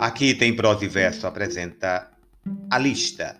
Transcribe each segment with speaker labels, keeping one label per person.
Speaker 1: Aqui tem prosa e verso apresenta a lista.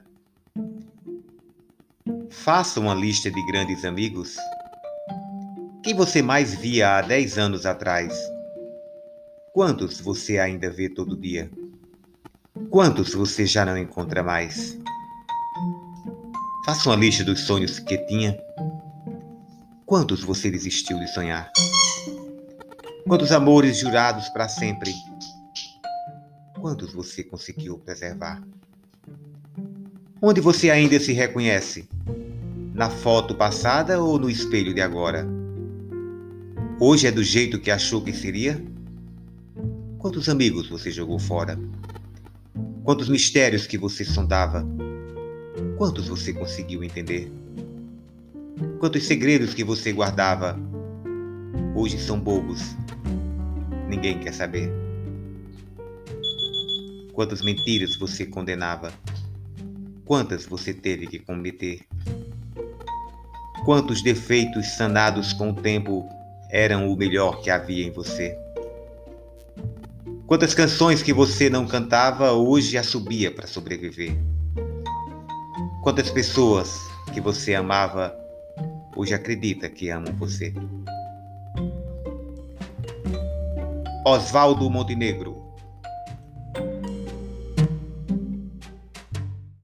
Speaker 1: Faça uma lista de grandes amigos. Quem você mais via há 10 anos atrás? Quantos você ainda vê todo dia? Quantos você já não encontra mais? Faça uma lista dos sonhos que tinha. Quantos você desistiu de sonhar? Quantos amores jurados para sempre? Quantos você conseguiu preservar? Onde você ainda se reconhece? Na foto passada ou no espelho de agora? Hoje é do jeito que achou que seria? Quantos amigos você jogou fora? Quantos mistérios que você sondava? Quantos você conseguiu entender? Quantos segredos que você guardava? Hoje são bobos. Ninguém quer saber. Quantas mentiras você condenava? Quantas você teve que cometer? Quantos defeitos sanados com o tempo eram o melhor que havia em você? Quantas canções que você não cantava hoje assobia para sobreviver? Quantas pessoas que você amava hoje acredita que amam você? Oswaldo Montenegro.